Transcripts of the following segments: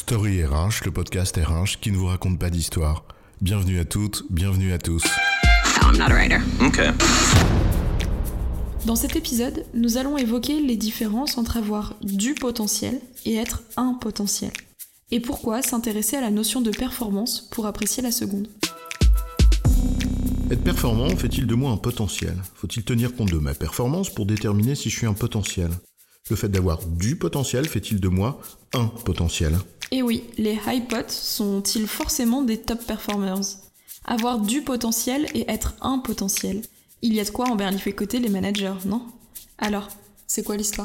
Story RH, le podcast RH qui ne vous raconte pas d'histoire. Bienvenue à toutes, bienvenue à tous. No, I'm not a writer. Okay. Dans cet épisode, nous allons évoquer les différences entre avoir du potentiel et être un potentiel. Et pourquoi s'intéresser à la notion de performance pour apprécier la seconde. Être performant fait-il de moi un potentiel ? Faut-il tenir compte de ma performance pour déterminer si je suis un potentiel ? Le fait d'avoir du potentiel fait-il de moi un potentiel ? Et oui, les high pots sont-ils forcément des top performers ? Avoir du potentiel et être un potentiel. Il y a de quoi emberlificoter les managers, non ? Alors, c'est quoi l'histoire ?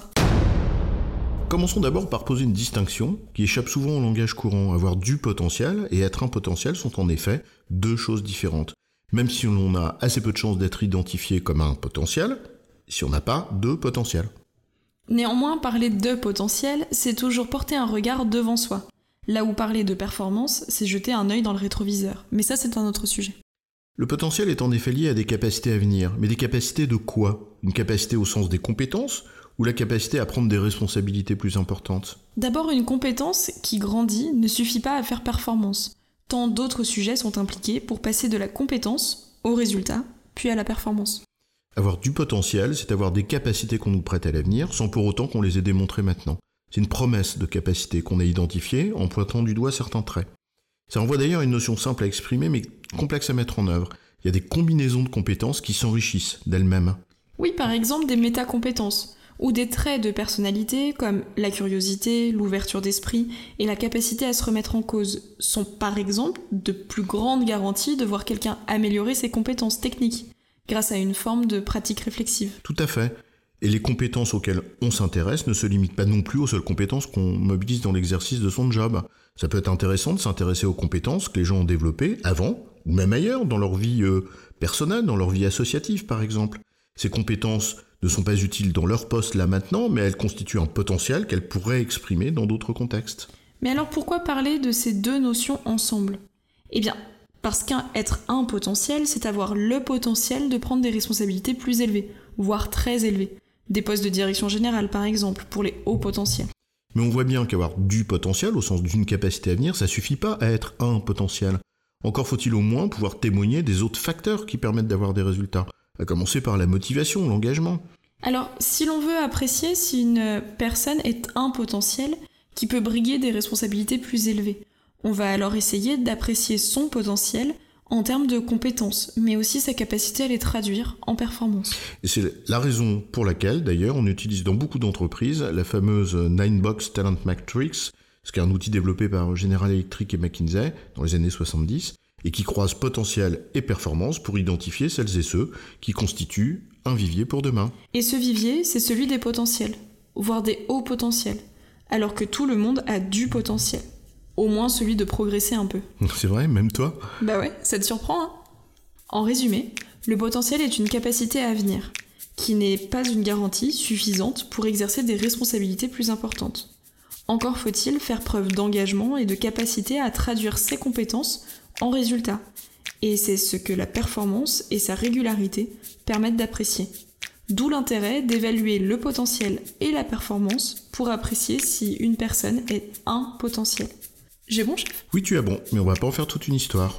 Commençons d'abord par poser une distinction qui échappe souvent au langage courant. Avoir du potentiel et être un potentiel sont en effet deux choses différentes. Même si on a assez peu de chances d'être identifié comme un potentiel, si on n'a pas de potentiel. Néanmoins, parler de potentiel, c'est toujours porter un regard devant soi. Là où parler de performance, c'est jeter un œil dans le rétroviseur. Mais ça, c'est un autre sujet. Le potentiel est en effet lié à des capacités à venir. Mais des capacités de quoi ? Une capacité au sens des compétences ou la capacité à prendre des responsabilités plus importantes ? D'abord, une compétence qui grandit ne suffit pas à faire performance. Tant d'autres sujets sont impliqués pour passer de la compétence au résultat, puis à la performance. Avoir du potentiel, c'est avoir des capacités qu'on nous prête à l'avenir, sans pour autant qu'on les ait démontrées maintenant. C'est une promesse de capacité qu'on a identifiée en pointant du doigt certains traits. Ça renvoie d'ailleurs à une notion simple à exprimer, mais complexe à mettre en œuvre. Il y a des combinaisons de compétences qui s'enrichissent d'elles-mêmes. Oui, par exemple des métacompétences, ou des traits de personnalité comme la curiosité, l'ouverture d'esprit et la capacité à se remettre en cause sont par exemple de plus grandes garanties de voir quelqu'un améliorer ses compétences techniques grâce à une forme de pratique réflexive. Tout à fait. Et les compétences auxquelles on s'intéresse ne se limitent pas non plus aux seules compétences qu'on mobilise dans l'exercice de son job. Ça peut être intéressant de s'intéresser aux compétences que les gens ont développées avant, ou même ailleurs, dans leur vie personnelle, dans leur vie associative par exemple. Ces compétences ne sont pas utiles dans leur poste là maintenant, mais elles constituent un potentiel qu'elles pourraient exprimer dans d'autres contextes. Mais alors pourquoi parler de ces deux notions ensemble ? Eh bien, parce qu'être un potentiel, c'est avoir le potentiel de prendre des responsabilités plus élevées, voire très élevées. Des postes de direction générale par exemple, pour les hauts potentiels. Mais on voit bien qu'avoir du potentiel, au sens d'une capacité à venir, ça suffit pas à être un potentiel. Encore faut-il au moins pouvoir témoigner des autres facteurs qui permettent d'avoir des résultats. À commencer par la motivation, l'engagement. Alors, si l'on veut apprécier si une personne est un potentiel qui peut briguer des responsabilités plus élevées, on va alors essayer d'apprécier son potentiel en termes de compétences, mais aussi sa capacité à les traduire en performance. Et c'est la raison pour laquelle, d'ailleurs, on utilise dans beaucoup d'entreprises la fameuse 9-Box Talent Matrix, ce qui est un outil développé par General Electric et McKinsey dans les années 70, et qui croise potentiel et performance pour identifier celles et ceux qui constituent un vivier pour demain. Et ce vivier, c'est celui des potentiels, voire des hauts potentiels, alors que tout le monde a du potentiel. Au moins celui de progresser un peu. C'est vrai, même toi ? Bah ouais, ça te surprend, hein ? En résumé, le potentiel est une capacité à venir, qui n'est pas une garantie suffisante pour exercer des responsabilités plus importantes. Encore faut-il faire preuve d'engagement et de capacité à traduire ses compétences en résultats. Et c'est ce que la performance et sa régularité permettent d'apprécier. D'où l'intérêt d'évaluer le potentiel et la performance pour apprécier si une personne est un potentiel. J'ai bon, chef ? Oui, tu as bon, mais on va pas en faire toute une histoire.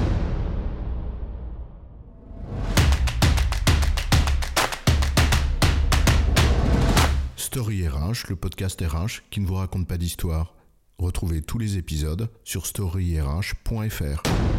Story RH, le podcast RH qui ne vous raconte pas d'histoire. Retrouvez tous les épisodes sur storyrh.fr.